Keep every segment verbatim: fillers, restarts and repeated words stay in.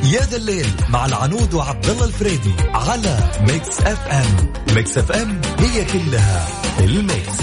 يا ذا الليل مع العنود وعبد الله الفريدي على ميكس اف ام. ميكس اف ام هي كلها الميكس.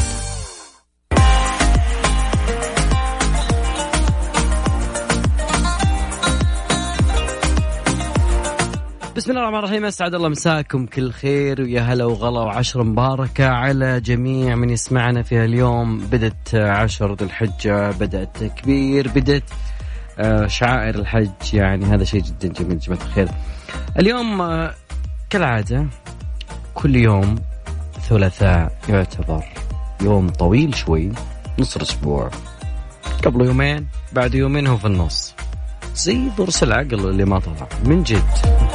بسم الله الرحمن الرحيم. اسعد الله مساكم كل خير ويا هلا وغلا وعشر مباركة على جميع من يسمعنا في اليوم. بدت عشر ذي الحجة، بدأت تكبير، بدت شعائر الحج، يعني هذا شيء جدا جميل جماعة الخير. اليوم كالعادة كل يوم ثلاثاء يعتبر يوم طويل شوي، نص الأسبوع، قبل يومين بعد يومين هو في النص، زي ضرس العقل اللي ما طلع من جد.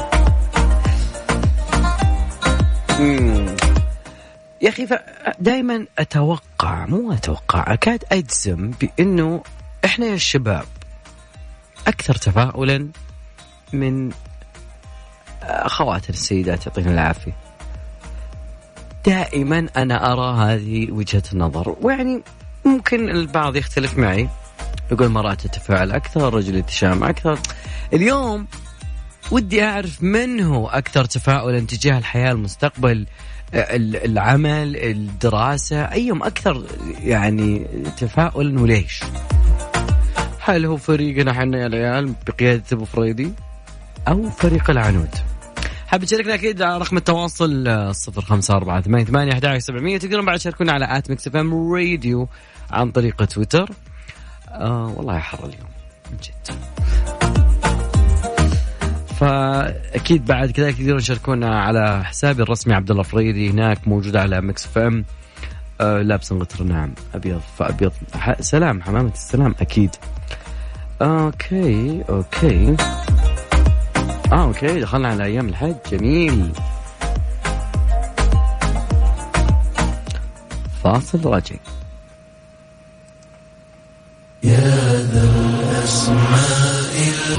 مم. يا أخي دائما أتوقع، مو أتوقع، أكاد أجزم بأنه إحنا يا الشباب أكثر تفاؤلا من أخواتنا السيدات يعطينا العافية. دائما أنا أرى هذه وجهة النظر، ويعني ممكن البعض يختلف معي، يقول مرأة تتفاعل أكثر، رجل يتشام أكثر. اليوم ودي أعرف من هو أكثر تفاؤلا تجاه الحياة، المستقبل، العمل، الدراسة، أيهم أكثر يعني تفاؤلا وليش؟ هل هو فريقنا حنا يا العيال بقيادة أبو فريدي أو فريق العنود؟ حاب تشاركنا أكيد على رقم التواصل صفر خمسة أربعة ثمانية ثمانية أحد عشر سبعمية. تقدرون بعد تشاركونا على آت ميكس اف ام راديو عن طريق تويتر. آه والله حر اليوم من جد، فأكيد بعد كذا تقدرون تشاركونا على حسابي الرسمي عبد الله فريدي، هناك موجود على ميكس اف ام. آه لابس غتر، نعم، أبيض فأبيض. سلام حمامة السلام أكيد. أوكي أوكي آه أوكي دخلنا على أيام الحج، جميل. فاصل راجع. يا ذا الأسماء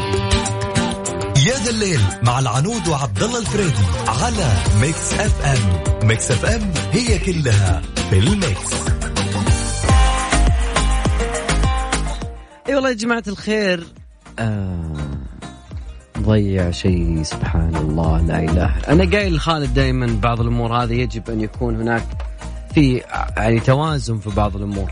يا ذا الليل مع العنود وعبد الله الفريدي على ميكس اف ام. ميكس اف ام هي كلها في الميكس. اي والله يا جماعة الخير، آه ضيع شيء سبحان الله لا إله. أنا قايل لخالد دائما بعض الأمور هذه يجب أن يكون هناك في يعني توازن في بعض الأمور.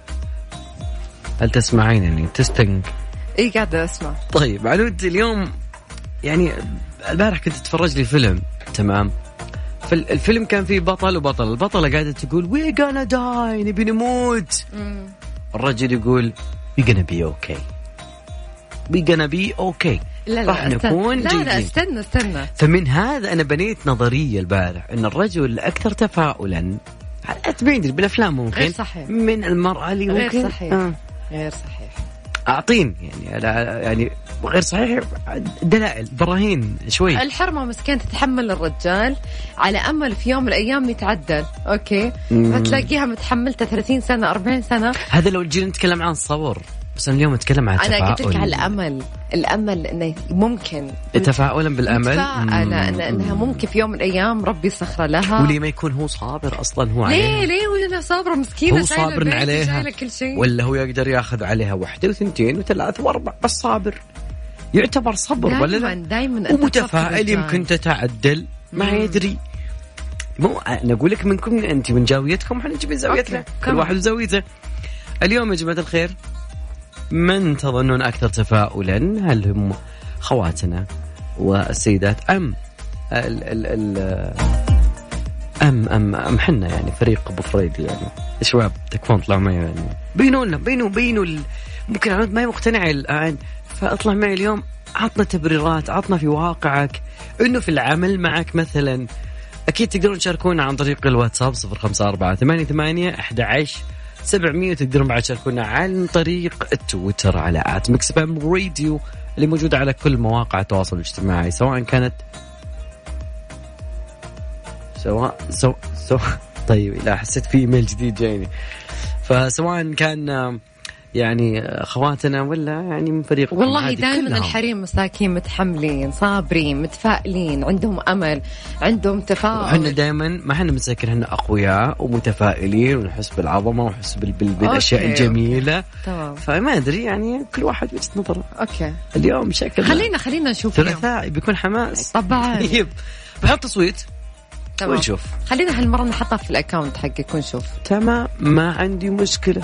هل تسمعين يعني تستنج؟ إيه قاعدة أسمع. طيب علود، اليوم يعني البارح كنت أتفرج لي فيلم، تمام؟ فالفيلم كان فيه بطل وبطل، البطلة قاعدة تقول we gonna die، نبي نموت. مم. الرجل يقول we gonna be okay we gonna be okay، لا راح نكون لا جيدين. لا استنى استنى فمن هذا أنا بنيت نظرية البارح أن الرجل الأكثر تفاؤلا أتبين بالأفلام ممكن من المرأة اللي غير ممكن صحيح. آه. غير صحيح. أعطين يعني يعني غير صحيح دلائل براهين شوي. الحرمة مسكين تتحمل الرجال على أمل في يوم من الأيام يتعدل، أوكي، فتلاقيها متحملته ثلاثين سنة أربعين سنة. هذا لو جينا نتكلم عن الصبر، بس اليوم نتكلم عن التفاؤل. أنا قلت لك على الأمل، الأمل إنه ممكن تفاؤلا بالأمل، أنا إنها ممكن في يوم من الأيام ربي يسخر لها. وليه ما يكون هو صابر أصلا هو ليه عليها؟ ليه ولا صابر مسكينة، هو صابر عليها ولا هو يقدر ياخذ عليها واحدة وثنتين وثلاث وأربع بس صابر؟ يعتبر صبر ولا لا؟ دايما ومتفائل يمكن تتعدل ما يدري. مو أنا أقول لك منكم أنت من زاويتكم وحنا نجي من زاويتنا، كل واحد وزاويته. اليوم يا جماعة الخير، من تظنون أكثر تفاؤلا؟ هل هم خواتنا والسيدات أم ال ال ال أم أم أم حنا يعني فريق أبو فريدي؟ يعني شباب تكفون طلعوا معي، يعني بينوا لنا بينوا بينوا ممكن عنود ما هي مقتنعة الآن، فاطلع معي اليوم، عطنا تبريرات، عطنا في واقعك إنه في العمل معك مثلا. أكيد تقدرون تشاركونا عن طريق الواتساب صفر خمسة أربعة ثمانية ثمانية أحد عشر سبعمية. تقدرون بعد تشاركونا عن طريق التويتر على آت ميكس اف ام راديو اللي موجودة على كل مواقع التواصل الاجتماعي، سواء كانت سواء سواء سو... طيب لا حسيت في ايميل جديد جايني، فسواء كان يعني اخواتنا ولا يعني من فريق. والله دائما الحريم مساكين متحملين صابرين متفائلين عندهم امل عندهم تفاؤل. احنا دائما ما احنا مساكين، احنا اقوياء ومتفائلين ونحس بالعظمه ونحس بالاشياء الجميله. تمام. فما ادري يعني كل واحد وجهه نظره. اوكي اليوم شكل خلينا خلينا نشوف ثلاثاء بيكون حماس طبعا. طيب بحط تصويت ونشوف. خلينا هالمره نحطها في الاكاونت حقك ونشوف. تمام ما عندي مشكله.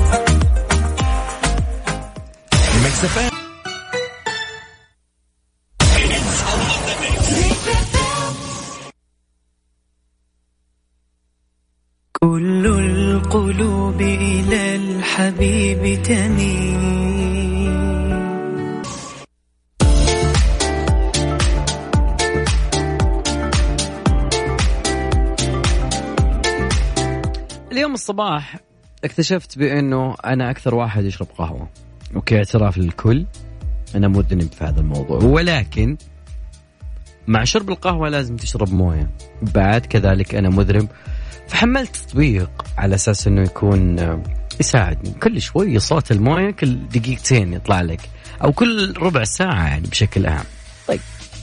كل القلوب إلى الحبيب تميل. اليوم الصباح اكتشفت بأنه أنا أكثر واحد يشرب قهوة. أوكي اعتراف للكل، أنا مذنب في هذا الموضوع، ولكن مع شرب القهوة لازم تشرب موية بعد كذلك. أنا مذنب، فحملت تطبيق على أساس أنه يكون يساعدني. كل شوي صوت الموية كل دقيقتين يطلع لك، أو كل ربع ساعة يعني بشكل أعم. طيب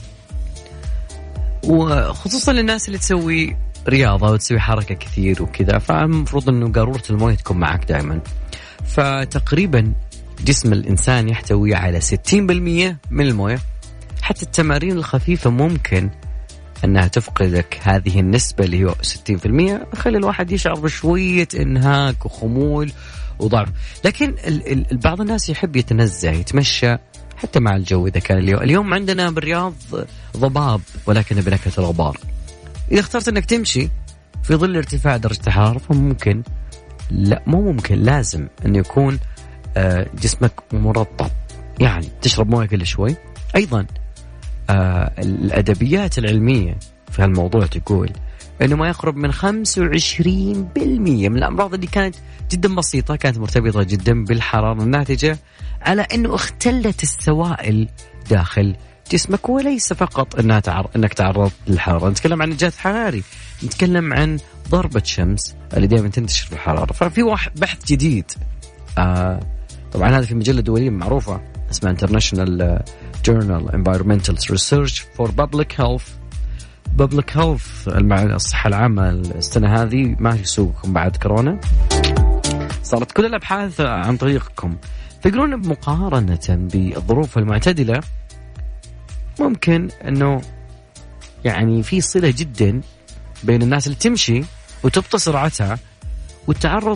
وخصوصا للناس اللي تسوي رياضة وتسوي حركة كثير وكذا، فالمفروض أنه قارورة الموية تكون معك دائما. فتقريبا جسم الإنسان يحتوي على ستين بالمئة من الموية. حتى التمارين الخفيفة ممكن أنها تفقدك هذه النسبة اللي هو ستين بالمئة، خلي الواحد يشعر بشوية إنهاك وخمول وضعف. لكن ال- ال- بعض الناس يحب يتنزه يتمشى حتى مع الجو. إذا كان اليوم اليوم عندنا بالرياض ضباب ولكن بنكهة الغبار. إذا اخترت أنك تمشي في ظل ارتفاع درجة الحرارة فممكن، لا مو ممكن، لازم أن يكون جسمك مرطب، يعني تشرب موية كل شوي. أيضا الأدبيات العلمية في هالموضوع تقول أنه ما يقرب من خمسة وعشرين بالمئة من الأمراض اللي كانت جدا بسيطة كانت مرتبطة جدا بالحرارة الناتجة على أنه اختلت السوائل داخل جسمك، وليس فقط أنها تعر... أنك تعرض للحرارة. نتكلم عن الجهاز الحراري، نتكلم عن ضربة شمس اللي دائما تنتشر في الحرارة. ففي واحد بحث جديد آه طبعا هذا في مجلة دولية معروفة اسمها International Journal Environmental Research for Public Health. Public Health الصحة العامة السنة هذه ماشي سوقكم بعد كورونا، صارت كل الأبحاث عن طريقكم. فيقولون بمقارنة بالظروف المعتدلة ممكن أنه يعني في صلة جدا بين الناس اللي تمشي وتبطئ سرعتها والتعرض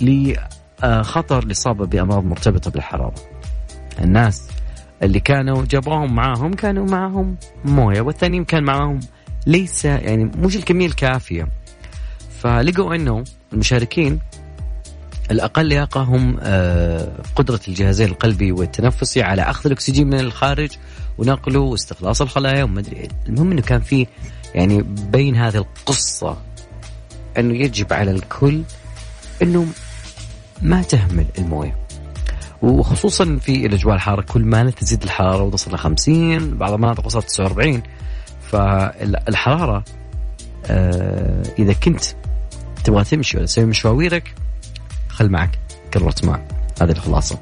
لخطر الإصابة بأمراض مرتبطة بالحرارة. الناس اللي كانوا جابوهم معاهم كانوا معاهم موية، والثانيين كان معاهم ليس يعني مش الكمية الكافية. فلقوا أنه المشاركين الأقل لياقة هم قدرة الجهازين القلبي والتنفسي على أخذ الأكسجين من الخارج ونقله واستخلاص الخلايا وما أدري. المهم أنه كان في يعني بين هذه القصة أنه يجب على الكل أنه ما تهمل الموية، وخصوصا في الأجواء الحارة. كل ما تزيد الحرارة وتصل لخمسين، بعض المناطق وصلت تسعة وأربعين. فالحرارة إذا كنت تبغى تمشي ولا تسوي مشاويرك خل معك كرة ماء. هذه الخلاصة.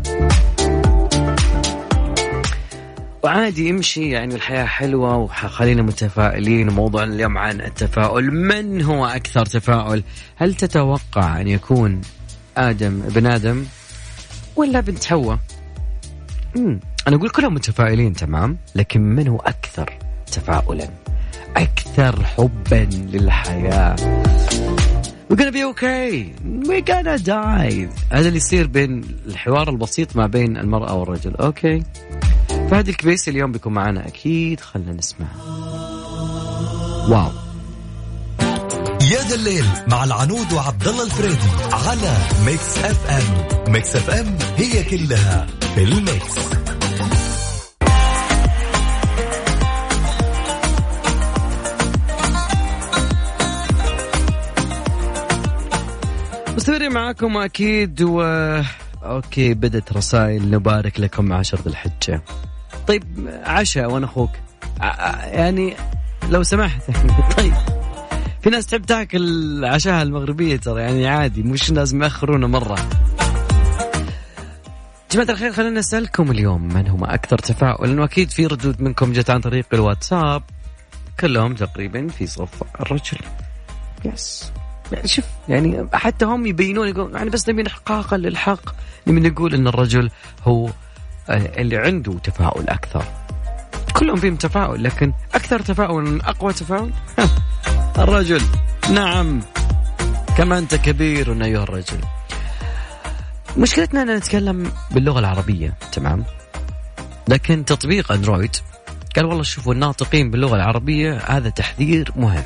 وعادي امشي، يعني الحياة حلوة وخلينا متفائلين. وموضوع اليوم عن التفاؤل. من هو أكثر تفاؤل؟ هل تتوقع أن يكون آدم ابن آدم ولا بنت حواء؟ أنا أقول كلهم متفائلين تمام، لكن من هو أكثر تفاؤلا، أكثر حبا للحياة؟ We're gonna be okay. We're gonna die. هذا اللي يصير بين الحوار البسيط ما بين المرأة والرجل. أوكي. فهذه الكبيس اليوم بيكون معنا أكيد، خلنا نسمع. واو. يا ذا الليل مع العنود وعبد الله الفريدي على ميكس اف ام. ميكس اف ام هي كلها في الميكس. مستمرين معاكم أكيد. و أوكي بدت رسائل نبارك لكم عشر ذي الحجة. طيب عشاء وأنا أخوك يعني لو سمحت. طيب في ناس تحب تاكل عشاء المغربية ترى، يعني عادي، مش لازم يأخرونا مرة. جماعة الخير خلينا نسألكم اليوم من هم أكثر تفاؤل، لأنه أكيد في ردود منكم جت عن طريق الواتساب كلهم تقريبا في صف الرجل. يس يعني شوف يعني حتى هم يبينون يقول يعني بس نبي إحقاقا للحق نبي نقول إن الرجل هو اللي عنده تفاؤل أكثر. كلهم فيهم تفاؤل لكن أكثر تفاؤل أقوى تفاؤل الرجل. نعم كما أنت كبير أيها الرجل. مشكلتنا أن نتكلم باللغة العربية تمام، لكن تطبيق أندرويد قال والله شوفوا الناطقين باللغة العربية هذا تحذير مهم.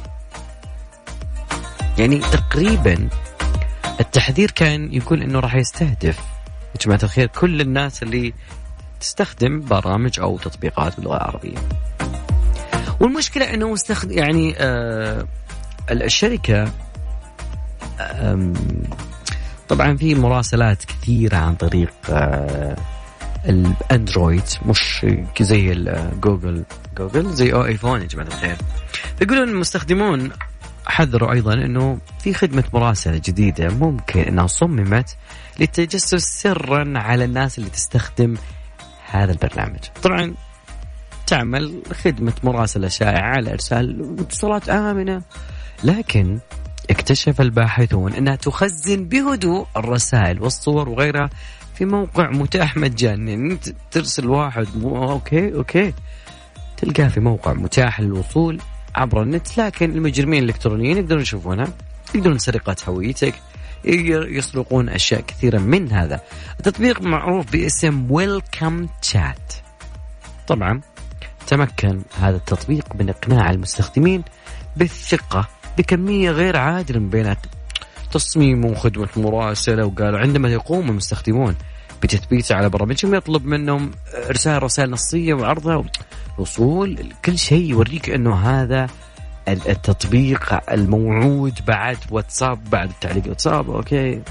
يعني تقريبا التحذير كان يقول أنه راح يستهدف يا جماعة الخير كل الناس اللي تستخدم برامج أو تطبيقات باللغة العربية. والمشكلة أنه مستخدم يعني آه الشركة آه طبعا في مراسلات كثيرة عن طريق آه الاندرويد مش زي الجوجل جوجل زي او ايفون يا جماعة الخير. يقولون المستخدمون حذروا أيضا أنه في خدمة مراسلة جديدة ممكن أنها صممت للتجسس سرا على الناس اللي تستخدم هذا البرنامج. طبعا تعمل خدمة مراسلة شائعة على إرسال اتصالات آمنة، لكن اكتشف الباحثون أنها تخزن بهدوء الرسائل والصور وغيرها في موقع متاح مجاني. يعني ترسل واحد أوكي أوكي تلقاه في موقع متاح للوصول عبر النت، لكن المجرمين الإلكترونيين يقدرون يشوفونها، يقدرون سرقة هويتك، يسرقون أشياء كثيرة من هذا. التطبيق معروف باسم ويلكم تشات. طبعا تمكن هذا التطبيق من إقناع المستخدمين بالثقة بكمية غير عادلة من بيانات تصميم وخدمة مراسلة. وقالوا عندما يقوم المستخدمون بتثبيته على برامجهم يطلب منهم إرسال رسائل نصية وعرضها وصول كل شيء يوريك أنه هذا التطبيق الموعود بعد واتساب بعد التعليق واتساب. أوكي.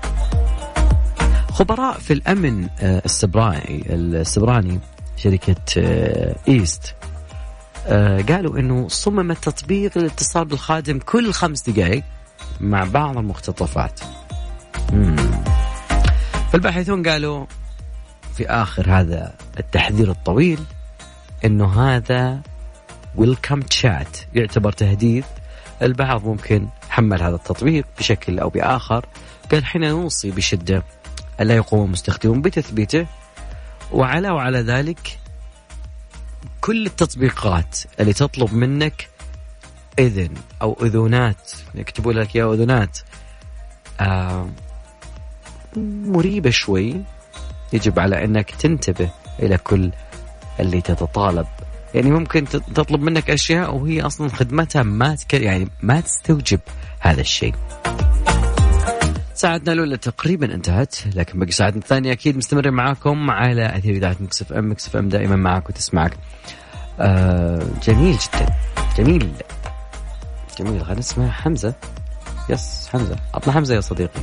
خبراء في الأمن السبراني السبراني شركة إيست قالوا أنه صمم التطبيق للاتصال بالخادم كل خمس دقائق مع بعض المقتطفات. مم. فالباحثون قالوا في آخر هذا التحذير الطويل أنه هذا ويلكم تشات يعتبر تهديد. البعض ممكن حمل هذا التطبيق بشكل أو بآخر. قال حين نوصي بشدة ألا يقوم المستخدمون بتثبيته، وعلى وعلى ذلك كل التطبيقات اللي تطلب منك إذن أو أذونات يكتبوا لك يا أذونات آه مريبة شوي، يجب على أنك تنتبه إلى كل اللي تتطالب. يعني ممكن تطلب منك أشياء وهي أصلا خدمتها ما تك... يعني ما تستوجب هذا الشيء. ساعتنا الأولى تقريبا انتهت، لكن بقي ساعتنا الثانية أكيد مستمرين معاكم على أثير إذاعة مكس اف ام. مكس اف ام دائما معك وتسمعك. آه جميل جدا جميل جميل. خلينا نسمع حمزة. يس حمزة، عطنا حمزة يا صديقي.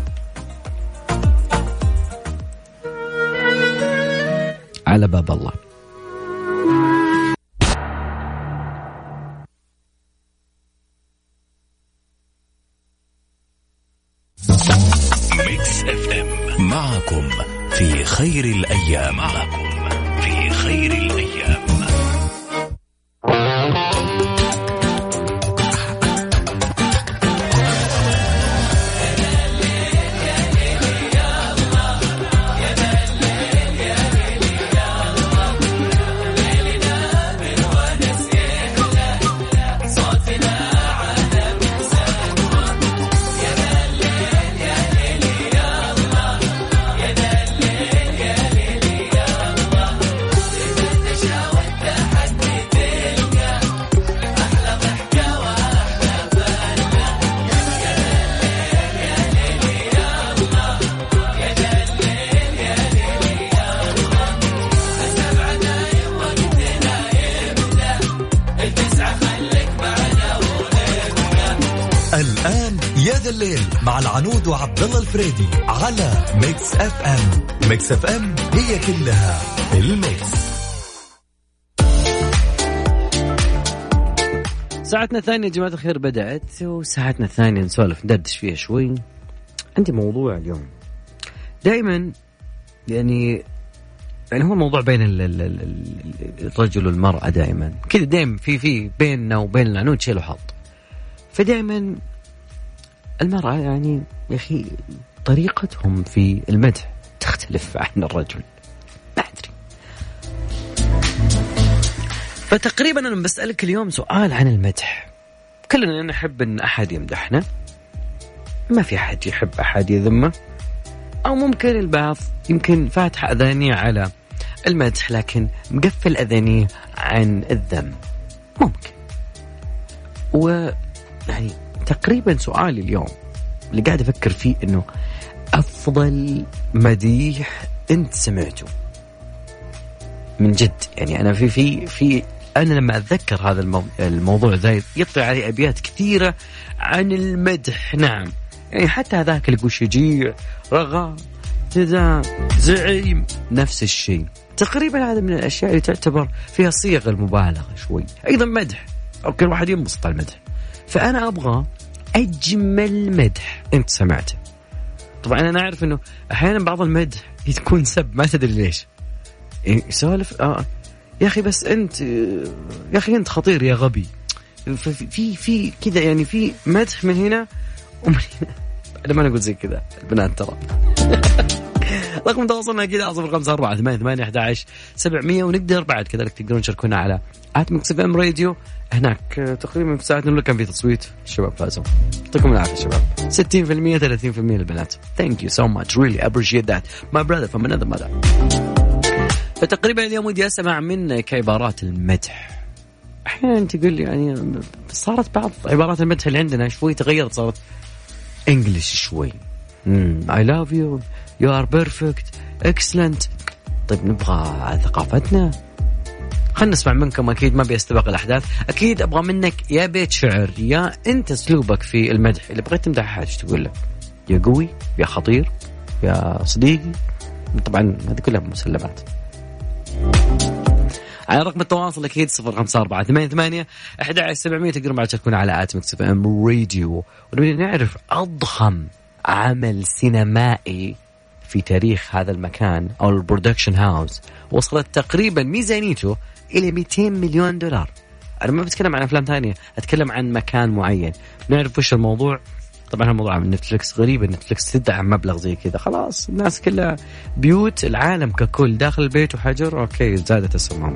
على باب الله. ميكس اف ام معكم في خير الأيام. معكم في خير الأيام. الآن يا ذا الليل مع العنود وعبد الله الفريدي على ميكس اف ام. ميكس اف ام هي كلها الميكس. ساعتنا الثانية يا جماعة الخير بدأت، وساعتنا الثانية نسولف ندردش فيها شوي. عندي موضوع اليوم. دائما يعني يعني هو موضوع بين ال ال ال الرجل والمرأة دائما كذا، دائما في في بيننا وبين العنود شيء له حظ. فدائما المرأة يعني يا أخي طريقتهم في المدح تختلف عن الرجل، ما أدري. فتقريبا أنا بسألك اليوم سؤال عن المدح. كلنا نحب أن أحد يمدحنا، ما في أحد يحب أحد يذمه، أو ممكن البعض يمكن فاتح أذانيه على المدح لكن مقفل أذانيه عن الذم، ممكن. ويعني تقريبا سؤالي اليوم اللي قاعد أفكر فيه إنه أفضل مديح أنت سمعته من جد. يعني أنا في في في أنا لما أتذكر هذا المو... الموضوع زايد يطلع علي أبيات كثيرة عن المدح. نعم، يعني حتى هذاك اللي يقول شجيع، رغى، جذاب، زعيم، نفس الشيء تقريبا. هذا من الأشياء اللي تعتبر فيها صيغ المبالغة شوي، أيضا مدح، أو كل واحد ينبسط على المدح. فأنا أبغى أجمل مدح أنت سمعته. طبعا أنا أعرف أنه أحيانا بعض المدح يكون سب، ما تدري ليش يسولف آه يا أخي بس أنت يا أخي أنت خطير يا غبي، في في في كذا، يعني في مدح من هنا ومن هنا. أنا ما نقول زي كذا البنات ترى. رقم تواصلنا أكيد على صفر خمسة أربعة ثمانية ثمانية أحد عشر سبعمية. ونقدر بعد كذلك تقدرون تشاركونا على آت ميكس إف إم راديو. هناك تقريبا في ساعتنا الأولى كان في تصويت، الشباب فازوا. يعطيكم العافية شباب. ستين بالمية ثلاثين بالمية البنات. Thank you so much, really appreciate that my brother from another mother. فتقريبا اليوم ودي أسمع منك عبارات المدح. أحيانا تقول لي يعني صارت بعض عبارات المدح اللي عندنا شوي تغيرت، صارت إنجليش شوي. mm, I love you, you are perfect, excellent. طيب نبغى ثقافتنا، خلنا نسمع منكم. أكيد ما بيستبق الأحداث، أكيد أبغى منك يا بيت شعر يا أنت أسلوبك في المدح اللي بغيت تمدح حاجة تقول له يا قوي، يا خطير، يا صديقي. طبعا هذه كلها مسلمات. على رقم التواصل أكيد صفر خمسة أربعة ثمانية ثمانية أحد عشر سبعمية. تقدرون بعد تشاركونا على آت ميكس إف إم راديو. ونبي نعرف أضخم عمل سينمائي في تاريخ هذا المكان أو البرودكشن هاوس وصلت تقريبا ميزانيته إلى مئتين مليون دولار. أنا ما بتكلم عن أفلام ثانية، أتكلم عن مكان معين. نعرف وش الموضوع. طبعا الموضوع من نتفليكس غريب، نتفليكس تدعم مبلغ زي كذا، خلاص الناس كلها بيوت العالم ككل داخل البيت وحجر. أوكي زادت أسمهم.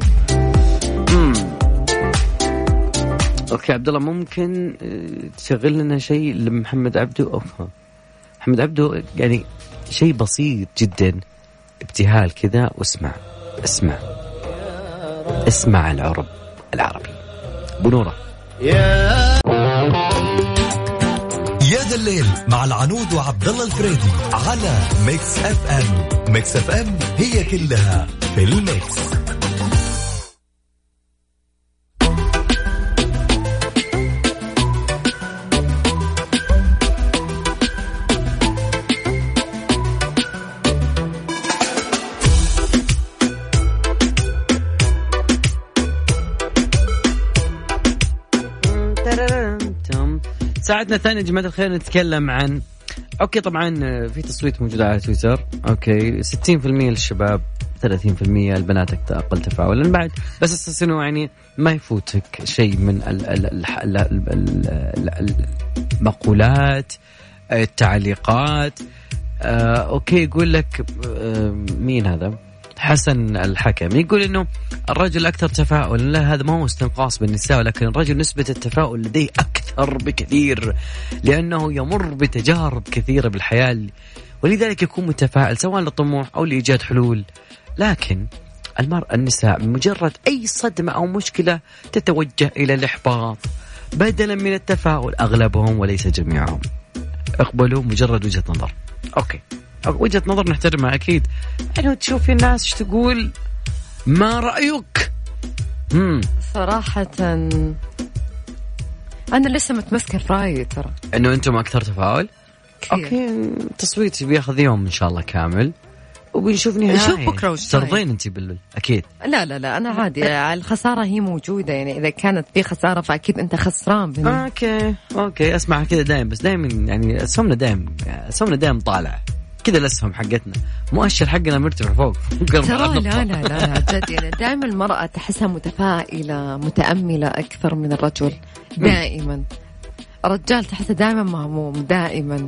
أوكي عبد الله ممكن تشغل لنا شيء لمحمد عبده؟ أوه. محمد عبده يعني شيء بسيط جدا، ابتهال كذا، واسمع اسمع اسمع العرب العربي. بنورة يا ذا الليل مع العنود وعبد الله الفريدي على ميكس اف ام. ميكس اف ام هي كلها في الميكس. ساعتنا الثانية جماعة الخير نتكلم عن أوكي طبعا في تصويت موجود على تويتر. أوكي ستين بالمية للشباب، ثلاثين بالمية البنات أقل تفاعلا بعد، بس أساس إنه يعني ما يفوتك شيء من المقولات، التعليقات. أوكي يقول لك مين هذا؟ حسن الحكم يقول إنه الرجل أكثر تفاؤلا. لا، هذا ما هو استنقاص بالنساء، لكن الرجل نسبة التفاؤل لديه أكثر بكثير لأنه يمر بتجارب كثيرة بالحياة، ولذلك يكون متفائل سواء للطموح أو لإيجاد حلول. لكن المرأة النساء مجرد أي صدمة أو مشكلة تتوجه إلى الإحباط بدلا من التفاؤل. أغلبهم وليس جميعهم اقبلوا مجرد وجهة نظر. أوكي وجهة نظر نحترمها أكيد. يعني تشوفي الناس ايش تقول، ما رأيك؟ مم. صراحة أنا لسه متمسكة في رأيي، ترى إنه أنتم أكثر تفاؤل. أوكي تصويت بياخذ يوم إن شاء الله كامل وبنشوف نهاية. شوف بكرة وش ترضين أنت بالله؟ أكيد لا لا لا أنا عادي، الخسارة هي موجودة، يعني إذا كانت في خسارة فأكيد أنت خسران بني. أوكي أوكي أسمع كذا دائم، بس دائما يعني سمنا دائم سمنا دائم طالع كذا الأسهم حقتنا مؤشر حقنا مرتفع فوق. ترى لا لا لا لا جد يعني دائما المرأة تحسها متفائلة متأملة أكثر من الرجل دائما. الرجال تحسه دائما مهموم دائما.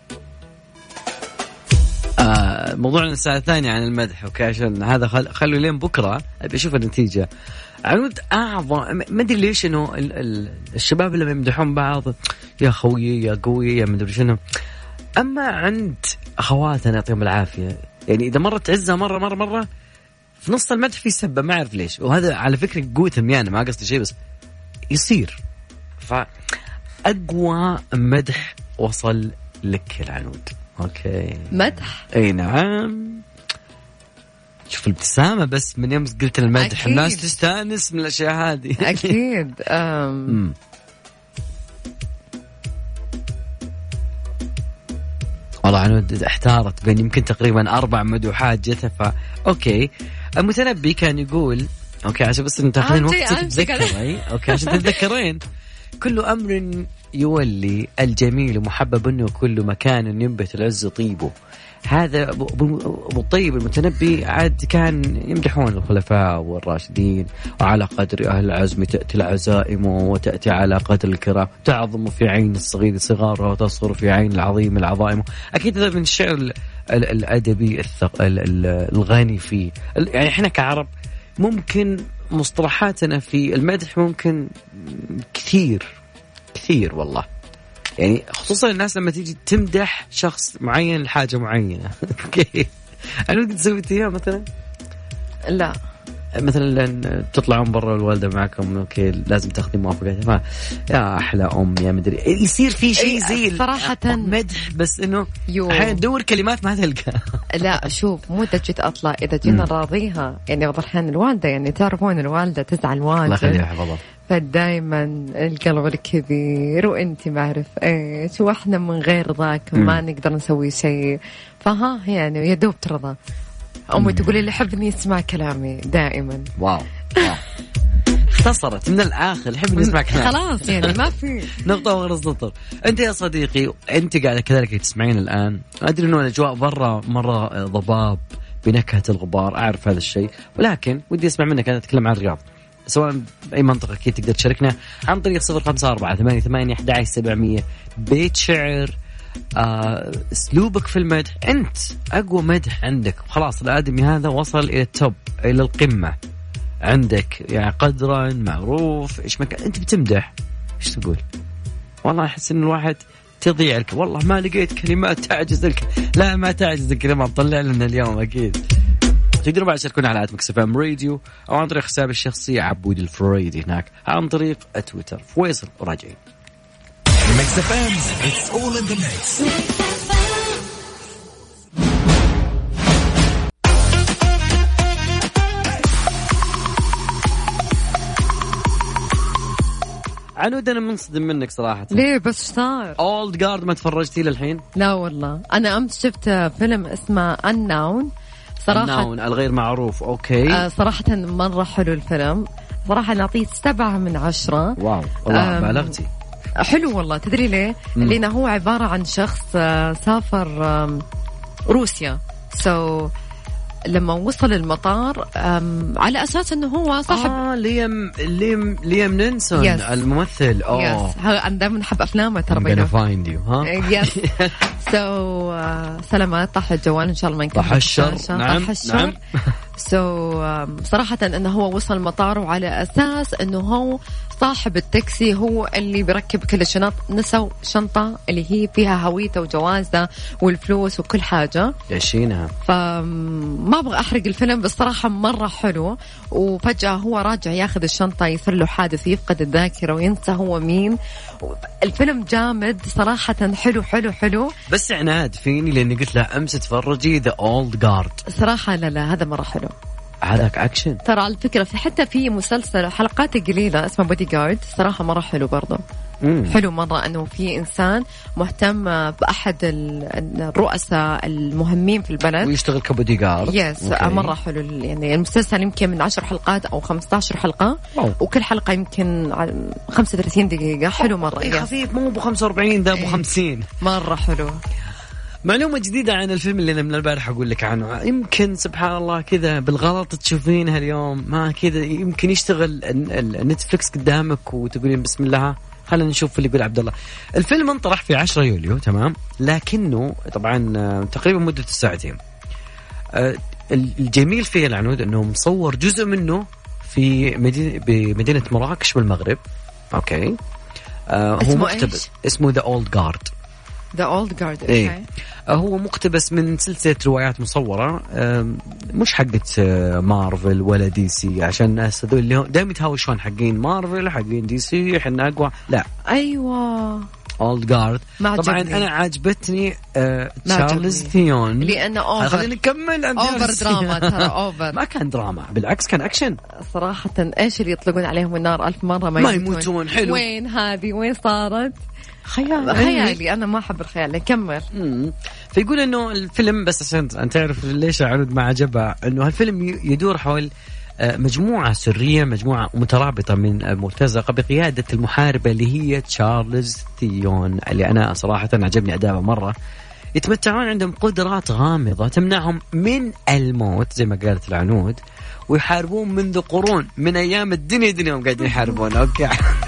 آه موضوعنا الساعة الثانية عن المدح، اوكي عشان هذا خل... خلوا لين بكرة أبي أشوف النتيجة. عنود أعظم ما أدري ليش إنه ال... ال... الشباب لما يمدحون بعض يا خوية يا قوية يا مدري شنو، أما عند أخواتنا يعطيهم العافية يعني إذا مرة تعزها مرة مرة مرة في نص المدح في سبة ما أعرف ليش، وهذا على فكرة قوتهم يعني ما قصدي شيء بس يصير. فأقوى مدح وصل لك العنود. اوكي مدح اي نعم. شوف الابتسامة بس من يوم قلت المدح أكيد. الناس تستانس من الاشياء هذه اكيد. أم... والله عنود احتارت بين يمكن تقريبا اربع مدوحات جتها. ف اوكي المتنبي كان يقول اوكي عشان بس تاخذين وقت تتذكرين اوكي عشان تتذكرين كل امر يولي الجميل محبب انه كل مكان ينبت العز طيبه. هذا ابو الطيب المتنبي عاد كان يمدحون الخلفاء والراشدين، وعلى قدر اهل العزم تاتي العزائم وتاتي على قدر الكرام، تعظم في عين الصغير صغارها وتصغر في عين العظيم العظائم. اكيد هذا من الشعر الادبي الغني فيه. يعني احنا كعرب ممكن مصطلحاتنا في المدح ممكن كثير كثير والله، يعني خصوصا الناس لما تيجي تمدح شخص معين لحاجة معينة. اوكي أنا ودي تسوي اياها مثلا؟ لا مثلا تطلعون برا الوالدة معكم اوكي لازم تاخذي موافقة يا احلى ام يا مدري، يصير في شيء زي صراحة مدح بس انه احيانا تدور كلمات ما تلقى. لا شوف مو اذا جيت اطلع اذا جينا راضيها يعني بعض الأحيان الوالدة يعني تعرفون الوالدة تزعل واجد الله يخليها حفظها، فدايما القلب الكبير وانتي ما اعرف ايش واحنا من غير ذاك ما نقدر نسوي شيء. فها يعني يا دوب ترضى. أمي تقولي لي حبني يسمع كلامي دائما. واو, واو. اختصرت من الآخر حبني يسمع كلامي خلاص يعني ما في نقطة وغير سطر. أنت يا صديقي أنت قاعدة كذلك تسمعين الآن، أدري إنه الأجواء برا مرة ضباب بنكهة الغبار، أعرف هذا الشيء، ولكن ودي أسمع منك أنا أتكلم عن الرياض سواء بأي منطقة أكيد تقدر تشاركنا عن طريق صفر خمسة أربعة ثمانية ثمانية أحد عشر سبعمية. بيت شعر، آه، اسلوبك في المدح، انت اقوى مدح عندك خلاص الادمي هذا وصل الى التوب الى القمه عندك يعني قدرا معروف ايش مكان انت بتمدح ايش تقول؟ والله احس ان الواحد تضيع لك والله ما لقيت كلمات تعجز لك. لا ما تعجز الكلمات طلع لنا اليوم اكيد. تقدروا بعد تشاركونا على آت ميكس اف ام راديو او عن طريق حسابي الشخصي عبود الفريدي هناك عن طريق تويتر. فويصل وراجعين. Mix إف إم, it's all in the mix. عنود أنا منصدم منك صراحة. ليه بس صار؟ Old Guard ما تفرجتي للحين؟ لا والله أنا أمس شفت فيلم اسمه Unknown صراحة. Unknown الغير معروف. أوكي. آه صراحة مرة حلو الفيلم صراحة، نعطيه سبعة من عشرة. واو والله بالغتي. حلو والله. تدري ليه؟ لأنه هو عبارة عن شخص سافر روسيا سو so, لما وصل المطار على أساس أنه هو صاحب آه ليام ليام ليام نينسون yes. الممثل. أوه yes. أنا دائما أحب أفلامه ترى. I'm gonna find you ها يس سو سلامات. طاح الجوال إن شاء الله ما ينكسر. طاح الشر. نعم نعم. سو so, صراحة أنه هو وصل المطار وعلى أساس أنه هو صاحب التاكسي هو اللي بيركب كل الشنط، نسوا شنطة اللي هي فيها هويته وجوازه والفلوس وكل حاجة يشينها. فما أبغى أحرق الفيلم بس صراحة مرة حلو. وفجأة هو راجع ياخذ الشنطة يصير له حادث يفقد الذاكرة وينسى هو مين. الفيلم جامد صراحة حلو حلو حلو. بس عناد فيني لأني قلت له أمس تفرجي The Old Guard. صراحة لا لا هذا مرة حلو. هذاك أكشن ترى على الفكرة في حتى في مسلسل حلقات قليلة اسمه بودي جارد صراحة مرة حلو برضه. مم. حلو مرة أنه في إنسان مهتم بأحد الرؤساء المهمين في البلد ويشتغل كبودي جارد. يس مرة حلو. يعني المسلسل يمكن من عشر حلقات أو خمسة عشر حلقة. أوه. وكل حلقة يمكن خمسة وثلاثين دقيقة. حلو مرة. خفيف مو بخمسة وأربعين ده بخمسين. مرة حلو. معلومة جديدة عن الفيلم اللي أنا من البارح أقول لك عنه. يمكن سبحان الله كذا بالغلط تشوفينها اليوم ما كذا، يمكن يشتغل النتفليكس قدامك وتقولين بسم الله خلينا نشوف اللي يقول عبد الله. الفيلم انطرح في عشرة يوليو تمام، لكنه طبعا تقريبا مدة ساعتين. الجميل فيه العنود أنه مصور جزء منه في مدينة بمدينة مراكش بالمغرب. أوكي. آه هو مقتبس اسمه The Old Guard. The Old Guard. إيه. آه هو مقتبس من سلسلة روايات مصورة، آه مش حقت آه مارفل ولا دي سي، عشان الناس هذول اللي دائما يتهاوشون حقين مارفل حقين دي سي احنا أقوى. لا. أيوة. Old Guard. طبعا أنا عجبتني آه تشارلز ثيون لأنه أوفر. خلينا نكمل. أوفر دراما ترى أوفر. ما كان دراما بالعكس كان أكشن صراحة. إيش اللي يطلقون عليهم النار ألف مرة ما, ما يموتون. حلو. وين هذه وين صارت؟ خيال. خيالي أنا ما أحب الخيال. نكمل. فيقول إنه الفيلم بس عشان أنت تعرف ليش عرض ما عجبها، إنه هالفيلم يدور حول مجموعة سرية، مجموعة مترابطة من مرتزقة بقيادة المحاربة اللي هي تشارلز ثيون، اللي أنا صراحة عجبني أداءه مرة. يتمتعون عندهم قدرات غامضة تمنعهم من الموت زي ما قالت العنود، ويحاربون منذ قرون من أيام الدنيا دنيا هم قاعدين يحاربون. أوكي.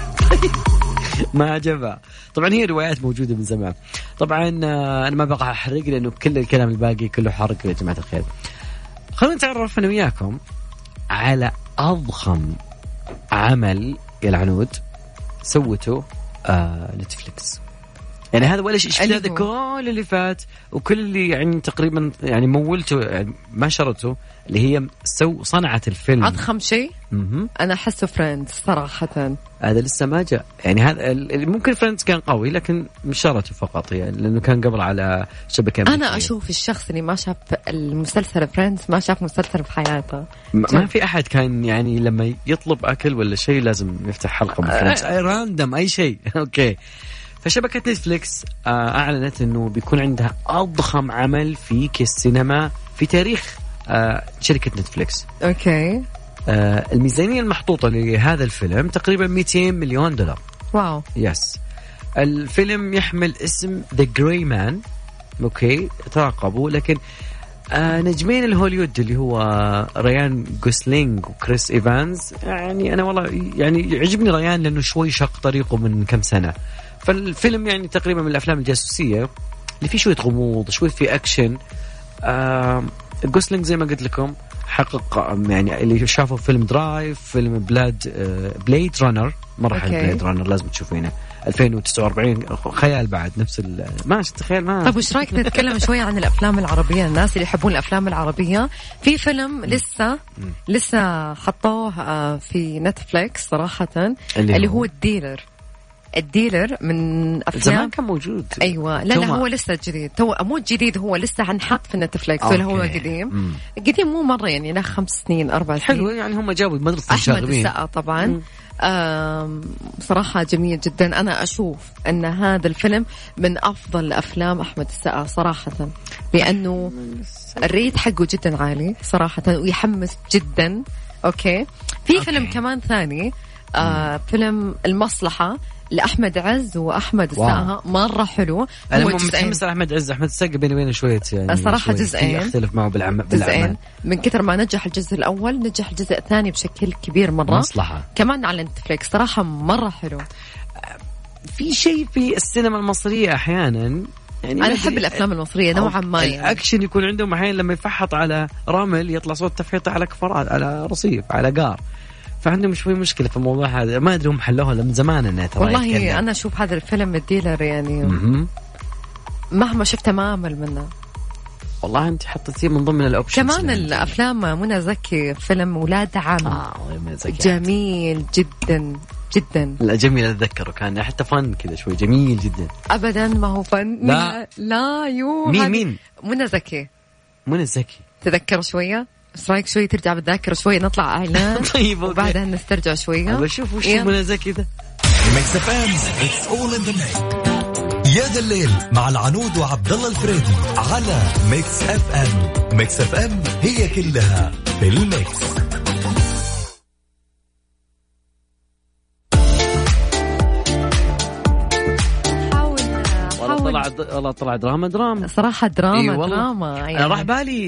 ما عجبها. طبعا هي روايات موجودة من زمان. طبعا أنا ما بقى أحرق لأنه كل الكلام الباقي كله حرق يا جماعة الخير. خلونا نتعرف أنا وياكم على أضخم عمل يا العنود سوته آه نتفليكس. يعني هذا ولا شيء، هذا كل اللي فات وكل اللي يعني تقريبا يعني مولته يعني ما شرته اللي هي سو صنعت الفيلم. أضخم شيء أنا أحسه فريندز صراحة. هذا لسه ما جاء يعني. هذا ممكن فريندز كان قوي لكن مش شرته فقط يعني، لأنه كان قبل على شبكة أمريكية. أنا أشوف الشخص اللي ما شاف المسلسل فريندز ما شاف مسلسل في حياته. ما في أحد كان يعني لما يطلب أكل ولا شيء لازم يفتح حلقة من فريندز. أي راندم أي شيء. أوكي. فشبكة نتفليكس أعلنت أنه بيكون عندها أضخم عمل في السينما في تاريخ شركة نتفليكس. أوكي. الميزانية المحطوطة لهذا الفيلم تقريبا مئتين مليون دولار. واو. يس. الفيلم يحمل اسم The Gray Man. أوكي. تراقبوا. لكن نجمين الهوليود اللي هو ريان غوسلينج وكريس إيفانز، يعني أنا والله يعني يعجبني ريان لأنه شوي شق طريقه من كم سنة. فالفيلم يعني تقريبا من الأفلام الجاسوسية اللي فيه شوية غموض شوية فيه أكشن. آه غوسلينج زي ما قلت لكم حقق يعني اللي شافوا فيلم درايف، فيلم بلاد آه بليد رانر مرة حلو. بليد رانر لازم تشوفينه ألفين وتسعة وأربعين خيال بعد نفس ما تخيل ما. طب وش رايك نتكلم شوية عن الأفلام العربية؟ الناس اللي يحبون الأفلام العربية في فيلم لسه لسه حطوه في نتفليكس صراحة اللي, اللي هو, هو الديلر. الديلر من أفلام زمان كان موجود. أيوة. لا لا هو لسه جديد. تو مو جديد، هو لسه هنحط في نتفليكس ولا هو قديم؟ مم. قديم مو مرة يعني له خمس سنين أربع سنين. حلو يعني هم جابوا مدرسة الشاغبين. أحمد السقا طبعا. صراحة جميل جدا. أنا أشوف أن هذا الفيلم من أفضل أفلام أحمد السقا صراحة، لأنه الريت حقه جدا عالي صراحة ويحمس جدا. أوكي. في أوكي. فيلم كمان ثاني آه فيلم المصلحة لأحمد عز وأحمد السقا مرة حلو. أنا متحمس لأحمد عز. أحمد السقا بيني وبينه شوية يعني صراحة جزئين أختلف معه بالعمل بالعمل. من كثر ما نجح الجزء الأول نجح الجزء الثاني بشكل كبير مرة. مصلحة كمان على نتفليكس صراحة مرة حلو. في شيء في السينما المصرية أحيانا يعني أنا أحب الأفلام المصرية نوعا ما يعني. الأكشن يكون عندهم أحيانا لما يفحط على رمل يطلع صوت تفحيط على كفرات على رصيف على قار، فعندهم شوي مشكلة في الموضوع هذا. ما أدري هم حلوها لمن زمان أنا ترى. والله يتكلم. أنا أشوف هذا الفيلم الديلر يعني م-م. مهما شفته ما أمل منه. والله أنت حطيتيه من ضمن الأوبشنز. كمان الأفلام منى زكي فيلم ولاد عم آه جميل جدا جدا. لا جميل أتذكره كان حتى فن كذا شوي جميل جدا. أبدا ما هو فن. لا لا يو مين مين منى زكي. منى زكي تذكر شوية. ايش رايك شوي ترجع بالذاكرة شوي نطلع اعلان طيب وبعدها نسترجع شوية. بشوف وش منى زكي ذا. ميكس اف ام اتس اول ان ذا ميكس. يا ذا الليل مع العنود وعبد الله الفريدي على ميكس اف ام. ميكس اف ام هي كلها في الميكس. والله طلعت والله طلع دراما دراما صراحة دراما إيه دراما يعني. أنا راح بالي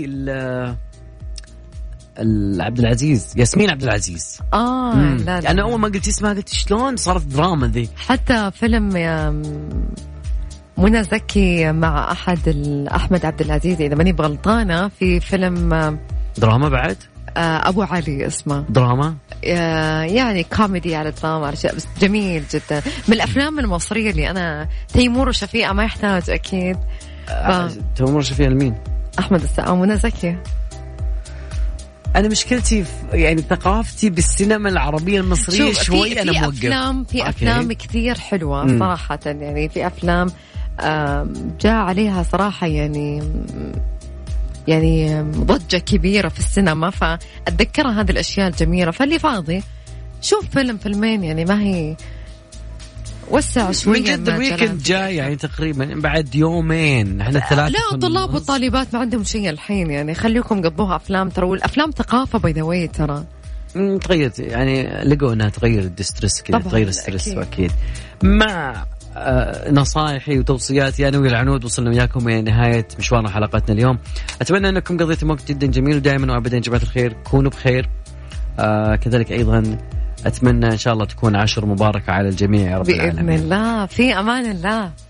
عبد العزيز ياسمين عبد العزيز. اه مم. لا لا انا اول ما قلت اسمها قلت شلون صارت دراما ذي. حتى فيلم يا منى زكي مع احد احمد عبد العزيز اذا ماني بغلطانه في فيلم دراما بعد ابو علي اسمه دراما يعني كوميدي على دراما بس جميل جدا من الافلام المصريه اللي انا. تيمور وشفيقة ما يحتاج اكيد. ف... تيمور وشفيقة لمين؟ احمد السقا ومنى زكي. أنا مشكلتي يعني ثقافتي بالسينما العربية المصرية شوي في أنا في موقف. أفلام في أفلام كثير حلوة مم. صراحة يعني في أفلام جاء عليها صراحة يعني يعني ضجة كبيرة في السينما فأتذكرها هذه الأشياء الجميلة. فاللي فاضي شوف فيلم فيلمين يعني ما هي وسع شوي. من جد الويكند جاي يعني تقريبا بعد يومين احنا ثلاثة. لا الطلاب والطالبات ما عندهم شيء الحين يعني خليكم قضوها أفلام. ترى والأفلام ثقافة باي ذا واي ترى تغير يعني لقوا انها تغير الدسترس كذا تغير الستريس. واكيد مع آه نصائحي وتوصياتي انا والعنود وصلنا وياكم الى نهايه مشوارنا حلقتنا اليوم. اتمنى انكم قضيتوا وقت جدا جميل ودائما وابدا جماعه الخير كونوا بخير. آه كذلك ايضا اتمنى ان شاء الله تكون عشر مباركه على الجميع يا رب العالمين باذن الله. في امان الله.